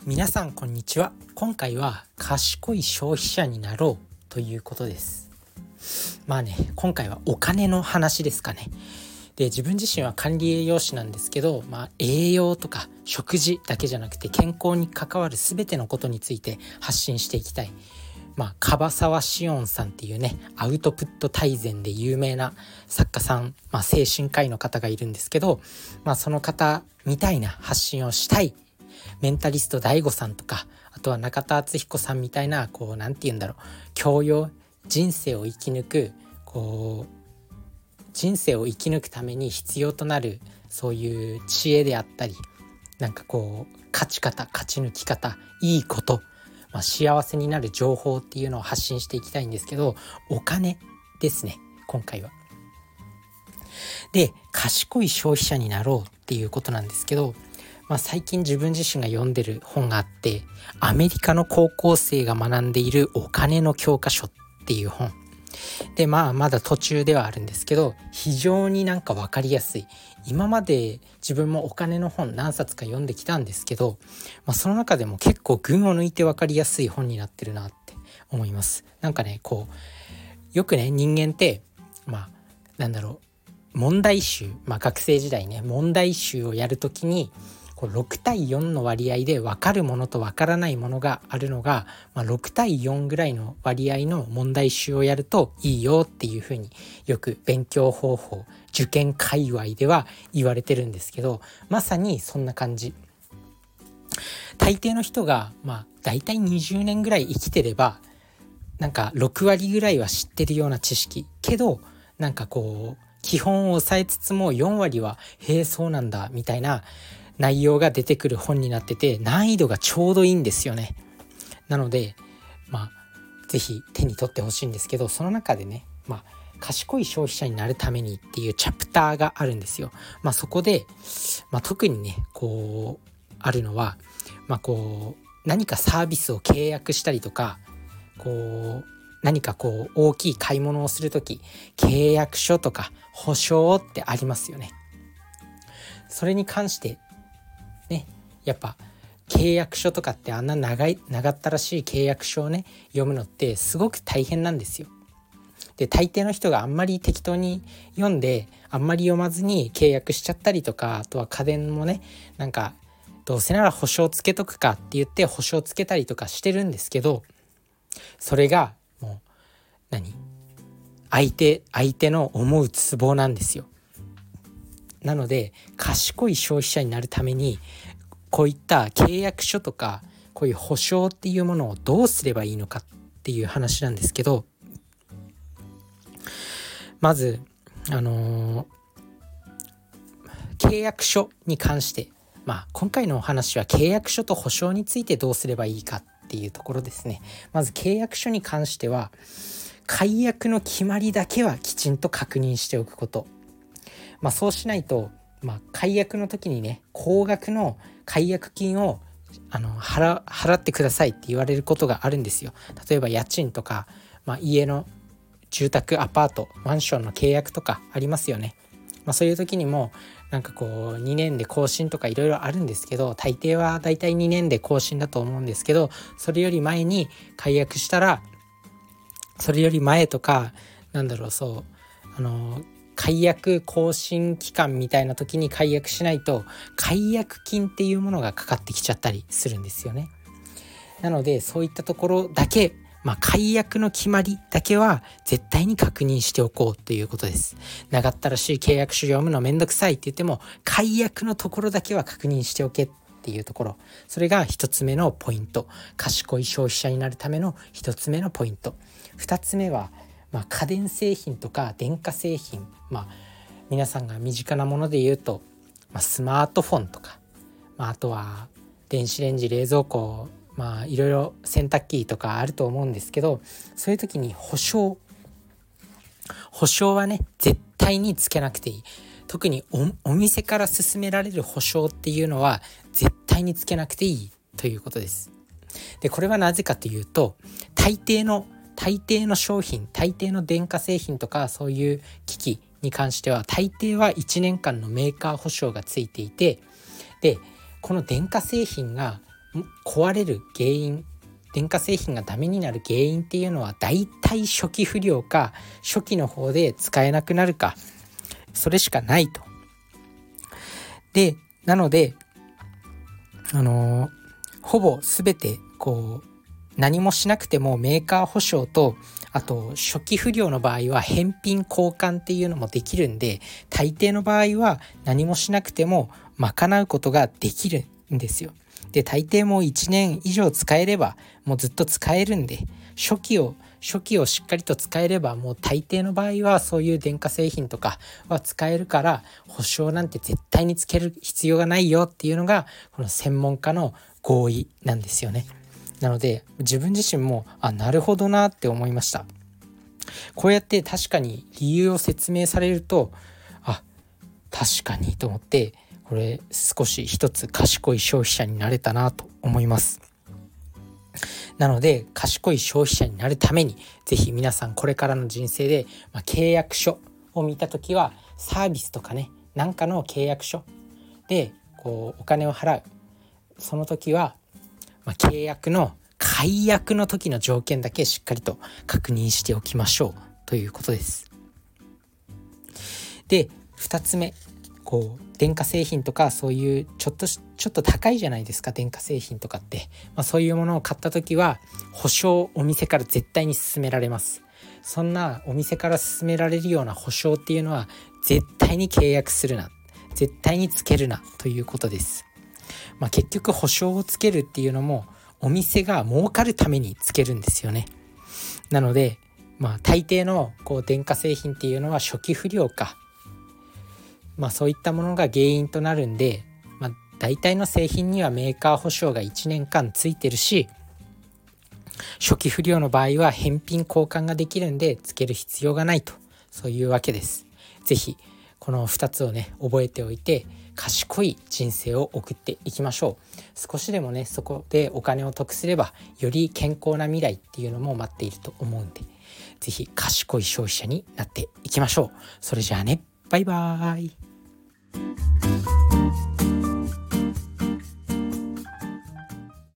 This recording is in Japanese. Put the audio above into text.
皆さんこんにちは。今回は賢い消費者になろうということです。今回はお金の話ですかね。で、自分自身は管理栄養士なんですけど、栄養とか食事だけじゃなくて健康に関わる全てのことについて発信していきたい。樺沢紫音さんっていうね、アウトプット大全で有名な作家さん、精神科医の方がいるんですけど、その方みたいな発信をしたいメンタリスト DAIGO さんとか、あとは中田敦彦さんみたいな教養、人生を生き抜く人生を生き抜くために必要となるそういう知恵であったり、勝ち方、勝ち抜き方、いいこと、幸せになる情報っていうのを発信していきたいんですけど、お金ですね、今回は。で、賢い消費者になろうっていうことなんですけど、最近自分自身が読んでる本があって、アメリカの高校生が学んでいるお金の教科書っていう本で、まだ途中ではあるんですけど、非常に分かりやすい。今まで自分もお金の本何冊か読んできたんですけど、その中でも結構群を抜いて分かりやすい本になってるなって思います。よくね、人間って問題集、学生時代ね、問題集をやるときに6対4の割合で分かるものと分からないものがあるのが、6対4ぐらいの割合の問題集をやるといいよっていうふうによく勉強方法、受験界隈では言われてるんですけど、まさにそんな感じ。大抵の人がだいたい20年ぐらい生きてれば6割ぐらいは知ってるような知識けど、基本を抑えつつも4割はへえそうなんだみたいな内容が出てくる本になってて、難易度がちょうどいいんですよね。なのでぜひ手に取ってほしいんですけど、その中でね、賢い消費者になるためにっていうチャプターがあるんですよ。そこで、特にねあるのは、何かサービスを契約したりとか、何か大きい買い物をするとき、契約書とか保証ってありますよね。それに関してね、やっぱ契約書とかってあんな長ったらしい契約書をね読むのってすごく大変なんですよ。で、大抵の人があんまり適当に読んで、あんまり読まずに契約しちゃったりとか、あとは家電もね、どうせなら保証つけとくかって言って保証つけたりとかしてるんですけど、それがもう相手の思うツボなんですよ。なので賢い消費者になるために、こういった契約書とかこういう保証っていうものをどうすればいいのかっていう話なんですけど、まず契約書に関して、今回のお話は契約書と保証についてどうすればいいかっていうところですね。まず契約書に関しては、解約の決まりだけはきちんと確認しておくこと。そうしないと、解約の時にね、高額の解約金を払ってくださいって言われることがあるんですよ。例えば家賃とか、家の住宅、アパート、マンションの契約とかありますよね。そういう時にも2年で更新とかいろいろあるんですけど、大抵はだいたい2年で更新だと思うんですけど、それより前に解約したら、それより前とか解約更新期間みたいな時に解約しないと解約金っていうものがかかってきちゃったりするんですよね。なのでそういったところだけ、解約の決まりだけは絶対に確認しておこうということです。長ったらしい契約書読むのめんどくさいって言っても、解約のところだけは確認しておけっていうところ、それが一つ目のポイント。賢い消費者になるための一つ目のポイント。二つ目は家電製品とか電化製品、皆さんが身近なもので言うと、スマートフォンとか、あとは電子レンジ、冷蔵庫、いろいろ洗濯機とかあると思うんですけど、そういう時に保証はね絶対につけなくていい。特に お店から勧められる保証っていうのは絶対につけなくていいということです。で、これはなぜかというと、大抵の商品、大抵の電化製品とかそういう機器に関しては大抵は1年間のメーカー保証がついていて、でこの電化製品が壊れる原因、電化製品がダメになる原因っていうのはだいたい初期不良か初期の方で使えなくなるか、それしかないと。でなのでほぼ全て何もしなくてもメーカー保証と、あと初期不良の場合は返品交換っていうのもできるんで、大抵の場合は何もしなくても賄うことができるんですよ。で大抵もう1年以上使えればもうずっと使えるんで、初期をしっかりと使えればもう大抵の場合はそういう電化製品とかは使えるから、保証なんて絶対につける必要がないよっていうのがこの専門家の合意なんですよね。なので自分自身もなるほどなって思いました。こうやって確かに理由を説明されると確かにと思って、これ少し一つ賢い消費者になれたなと思います。なので賢い消費者になるためにぜひ皆さんこれからの人生で、契約書を見たときはサービスとかね、なんかの契約書でお金を払う、その時は、契約の解約の時の条件だけしっかりと確認しておきましょうということです。で2つ目、電化製品とかそういうちょっと高いじゃないですか、電化製品とかって、そういうものを買った時は保証お店から絶対に勧められます。そんなお店から勧められるような保証っていうのは絶対に契約するな、絶対につけるなということです。結局保証をつけるっていうのもお店が儲かるためにつけるんですよね。なので大抵の電化製品っていうのは初期不良か、そういったものが原因となるんで、大体の製品にはメーカー保証が1年間ついてるし、初期不良の場合は返品交換ができるんでつける必要がないと、そういうわけです。ぜひこの2つをね覚えておいて賢い人生を送っていきましょう。少しでもねそこでお金を得すればより健康な未来っていうのも待っていると思うんで、ぜひ賢い消費者になっていきましょう。それじゃあね、バイバーイ。